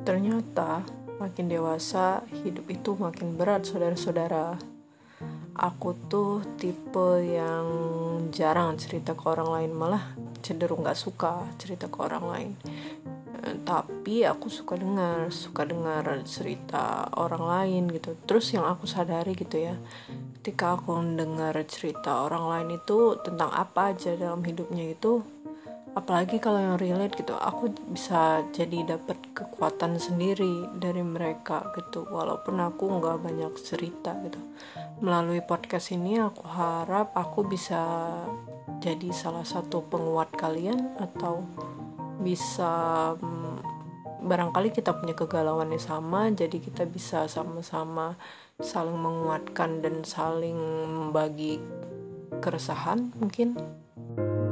Ternyata makin dewasa, hidup itu makin berat, saudara-saudara. Aku tuh tipe yang jarang cerita ke orang lain, malah cenderung gak suka cerita ke orang lain. Tapi aku suka dengar cerita orang lain gitu. Terus yang aku sadari gitu ya, ketika aku mendengar cerita orang lain itu tentang apa aja dalam hidupnya itu, apalagi kalau yang relate gitu, aku bisa jadi dapat kekuatan sendiri dari mereka gitu, walaupun aku nggak banyak cerita gitu. Melalui podcast ini aku harap aku bisa jadi salah satu penguat kalian, atau bisa barangkali kita punya kegalauan yang sama, jadi kita bisa sama-sama saling menguatkan dan saling membagi keresahan mungkin.